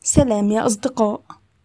سلام يا أصدقاء.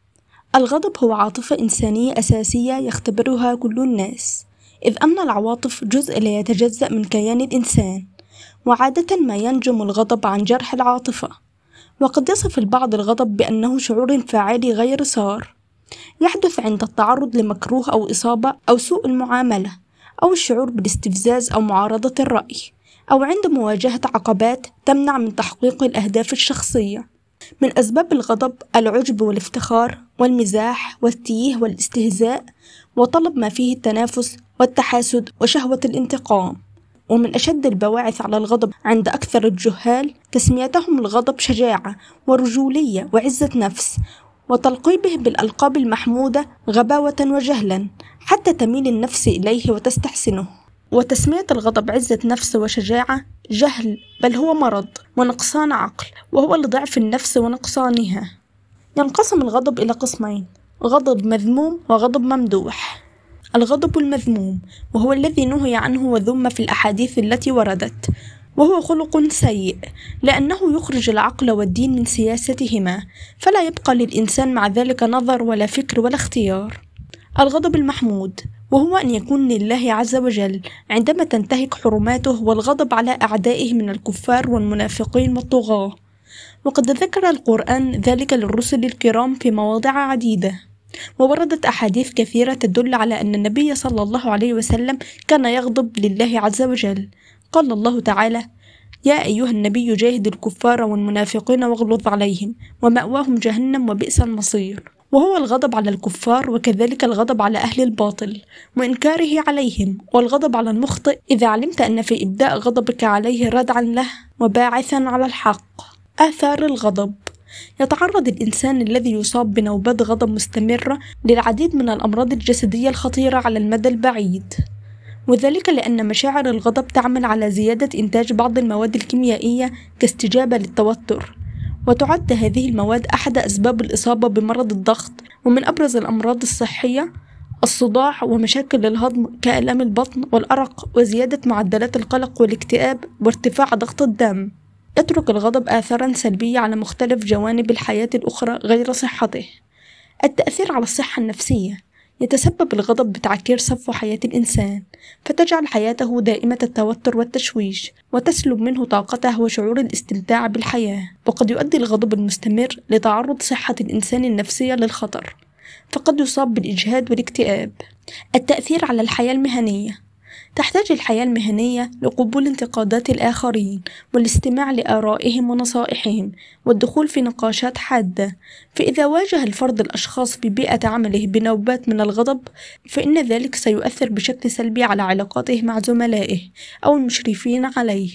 الغضب هو عاطفة إنسانية أساسية يختبرها كل الناس، إذ أن العواطف جزء لا يتجزأ من كيان الإنسان، وعادة ما ينجم الغضب عن جرح العاطفة. وقد يصف البعض الغضب بأنه شعور انفعالي غير صار، يحدث عند التعرض لمكروه أو إصابة أو سوء المعاملة، أو الشعور بالاستفزاز أو معارضة الرأي، أو عند مواجهة عقبات تمنع من تحقيق الأهداف الشخصية. من أسباب الغضب العجب والافتخار والمزاح والتيه والاستهزاء وطلب ما فيه التنافس والتحاسد وشهوة الانتقام. ومن أشد البواعث على الغضب عند أكثر الجهال تسميتهم الغضب شجاعة ورجولية وعزة نفس، وتلقيبه بالألقاب المحمودة غباوة وجهلا حتى تميل النفس إليه وتستحسنه. وتسمية الغضب عزة نفس وشجاعة جهل، بل هو مرض ونقصان عقل، وهو لضعف النفس ونقصانها. ينقسم الغضب إلى قسمين: غضب مذموم وغضب ممدوح. الغضب المذموم وهو الذي نهي عنه وذم في الأحاديث التي وردت، وهو خلق سيء لأنه يخرج العقل والدين من سياستهما، فلا يبقى للإنسان مع ذلك نظر ولا فكر ولا اختيار. الغضب المحمود وهو أن يكون لله عز وجل عندما تنتهك حرماته، والغضب على أعدائه من الكفار والمنافقين والطغاة. وقد ذكر القرآن ذلك للرسل الكرام في مواضع عديدة، ووردت أحاديث كثيرة تدل على أن النبي صلى الله عليه وسلم كان يغضب لله عز وجل. قال الله تعالى: يا أيها النبي جاهد الكفار والمنافقين واغلظ عليهم ومأواهم جهنم وبئس المصير. وهو الغضب على الكفار، وكذلك الغضب على أهل الباطل وإنكاره عليهم، والغضب على المخطئ إذا علمت أن في إبداء غضبك عليه ردعا له وباعثا على الحق. آثار الغضب: يتعرض الإنسان الذي يصاب بنوبات غضب مستمرة للعديد من الأمراض الجسدية الخطيرة على المدى البعيد، وذلك لأن مشاعر الغضب تعمل على زيادة إنتاج بعض المواد الكيميائية كاستجابة للتوتر. وتعد هذه المواد أحد أسباب الإصابة بمرض الضغط، ومن أبرز الأمراض الصحية الصداع ومشاكل الهضم كآلام البطن والأرق وزيادة معدلات القلق والاكتئاب وارتفاع ضغط الدم. يترك الغضب آثارا سلبية على مختلف جوانب الحياة الأخرى غير صحته. التأثير على الصحة النفسية: يتسبب الغضب بتعكير صفو حياة الإنسان، فتجعل حياته دائمة التوتر والتشويش، وتسلب منه طاقته وشعور الاستمتاع بالحياة. وقد يؤدي الغضب المستمر لتعرض صحة الإنسان النفسية للخطر، فقد يصاب بالإجهاد والاكتئاب. التأثير على الحياة المهنية: تحتاج الحياة المهنية لقبول انتقادات الآخرين والاستماع لآرائهم ونصائحهم والدخول في نقاشات حادة. فإذا واجه الفرد الأشخاص في بيئة عمله بنوبات من الغضب، فإن ذلك سيؤثر بشكل سلبي على علاقاته مع زملائه أو المشرفين عليه.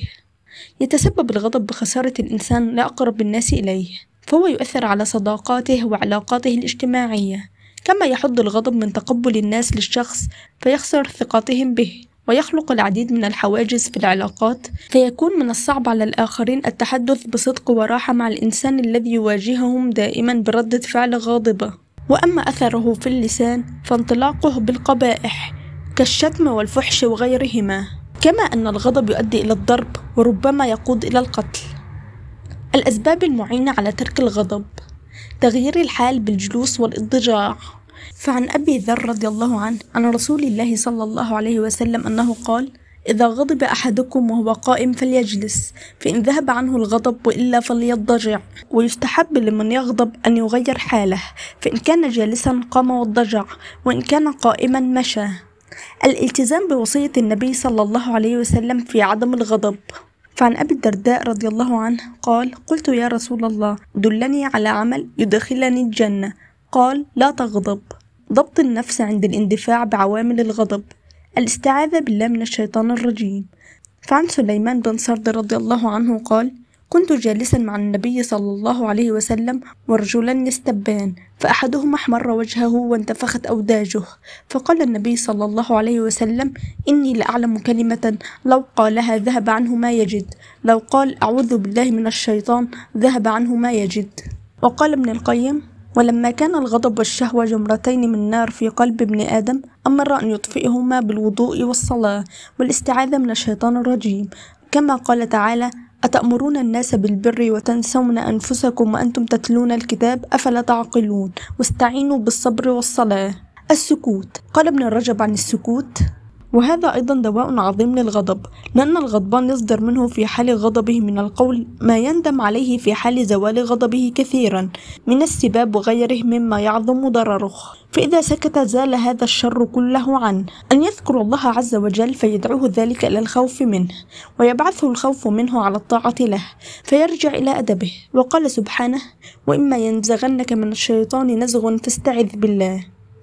يتسبب الغضب بخسارة الإنسان لأقرب الناس إليه، فهو يؤثر على صداقاته وعلاقاته الاجتماعية. كما يحد الغضب من تقبل الناس للشخص فيخسر ثقتهم به، ويخلق العديد من الحواجز في العلاقات، فيكون من الصعب على الآخرين التحدث بصدق وراحة مع الإنسان الذي يواجههم دائما بردة فعل غاضبة. وأما أثره في اللسان فانطلاقه بالقبائح كالشتم والفحش وغيرهما، كما أن الغضب يؤدي إلى الضرب وربما يقود إلى القتل. الأسباب المعينة على ترك الغضب: تغيير الحال بالجلوس والاضطجاع. فعن أبي ذر رضي الله عنه عن رسول الله صلى الله عليه وسلم أنه قال: إذا غضب أحدكم وهو قائم فليجلس، فإن ذهب عنه الغضب وإلا فليضطجع. ويستحب لمن يغضب أن يغير حاله، فإن كان جالسا قام واضطجع، وإن كان قائما مشى. الالتزام بوصية النبي صلى الله عليه وسلم في عدم الغضب. فعن أبي الدرداء رضي الله عنه قال: قلت يا رسول الله دلني على عمل يدخلني الجنة. قال: لا تغضب. ضبط النفس عند الاندفاع بعوامل الغضب. الاستعاذة بالله من الشيطان الرجيم. فعن سليمان بن سرد رضي الله عنه قال: كنت جالسا مع النبي صلى الله عليه وسلم ورجلان يستبان، فأحدهما احمر وجهه وانتفخت أوداجه، فقال النبي صلى الله عليه وسلم: إني لأعلم كلمة لو قالها ذهب عنه ما يجد، لو قال أعوذ بالله من الشيطان ذهب عنه ما يجد. وقال ابن القيم: ولما كان الغضب والشهوة جمرتين من نار في قلب ابن آدم، أمر أن يطفئهما بالوضوء والصلاة والاستعاذة من الشيطان الرجيم، كما قال تعالى: أتأمرون الناس بالبر وتنسون أنفسكم وأنتم تتلون الكتاب أفلا تعقلون واستعينوا بالصبر والصلاة. السكوت. قال ابن رجب عن السكوت: وهذا أيضا دواء عظيم للغضب، لأن الغضبان يصدر منه في حال غضبه من القول ما يندم عليه في حال زوال غضبه كثيرا من السباب وغيره مما يعظم ضرره، فإذا سكت زال هذا الشر كله عنه. أن يذكر الله عز وجل فيدعوه ذلك إلى الخوف منه، ويبعثه الخوف منه على الطاعة له فيرجع إلى أدبه. وقال سبحانه: وإما ينزغنك من الشيطان نزغ فاستعذ بالله.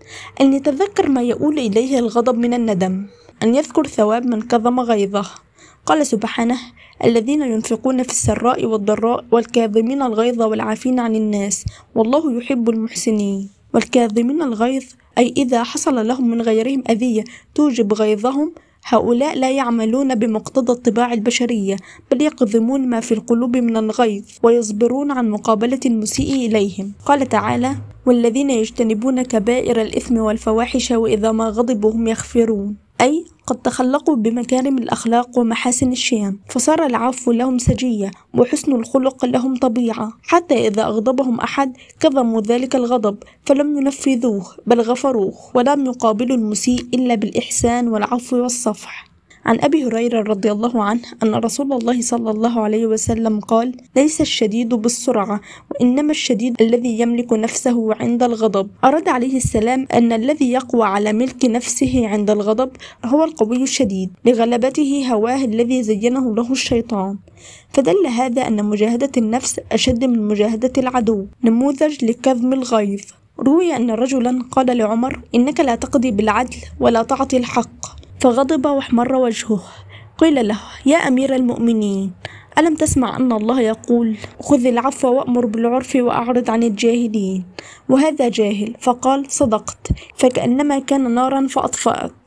أن يتذكر ما يؤول إليه الغضب من الندم. أن يذكر ثواب من كظم غيظه. قال سبحانه: الذين ينفقون في السراء والضراء والكاظمين الغيظ والعافين عن الناس والله يحب المحسنين. والكاظمين الغيظ أي إذا حصل لهم من غيرهم أذية توجب غيظهم، هؤلاء لا يعملون بمقتضى الطباع البشرية، بل يقذمون ما في القلوب من الغيظ ويصبرون عن مقابلة المسيء إليهم. قال تعالى: والذين يجتنبون كبائر الإثم والفواحش وإذا ما غضبوا هم يغفرون، أي قد تخلقوا بمكارم الأخلاق ومحاسن الشيم، فصار العفو لهم سجية وحسن الخلق لهم طبيعة، حتى إذا أغضبهم أحد كظموا ذلك الغضب فلم ينفذوه بل غفروه، ولم يقابلوا المسيء إلا بالإحسان والعفو والصفح. عن أبي هريرة رضي الله عنه أن رسول الله صلى الله عليه وسلم قال: ليس الشديد بالسرعة، وإنما الشديد الذي يملك نفسه عند الغضب. أراد عليه السلام أن الذي يقوى على ملك نفسه عند الغضب هو القوي الشديد لغلبته هواه الذي زينه له الشيطان. فدل هذا أن مجاهدة النفس أشد من مجاهدة العدو، نموذج لكظم الغيظ. روي أن رجلا قال لعمر: إنك لا تقضي بالعدل ولا تعطي الحق، فغضب واحمر وجهه. قيل له: يا أمير المؤمنين، ألم تسمع أن الله يقول: خذ العفو وأمر بالعرف وأعرض عن الجاهلين؟ وهذا جاهل. فقال: صدقت، فكأنما كان نارا فأطفأت.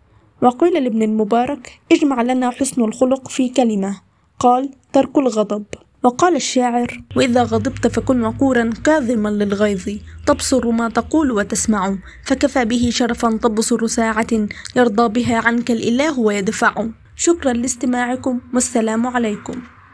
وقيل لابن المبارك: اجمع لنا حسن الخلق في كلمة. قال: ترك الغضب. وقال الشاعر: وإذا غضبت فكن وقورا كاظما للغيظ، تبصر ما تقول وتسمع، فكفى به شرفا تبصر ساعة يرضى بها عنك الإله ويدفع. شكرا لاستماعكم، والسلام عليكم.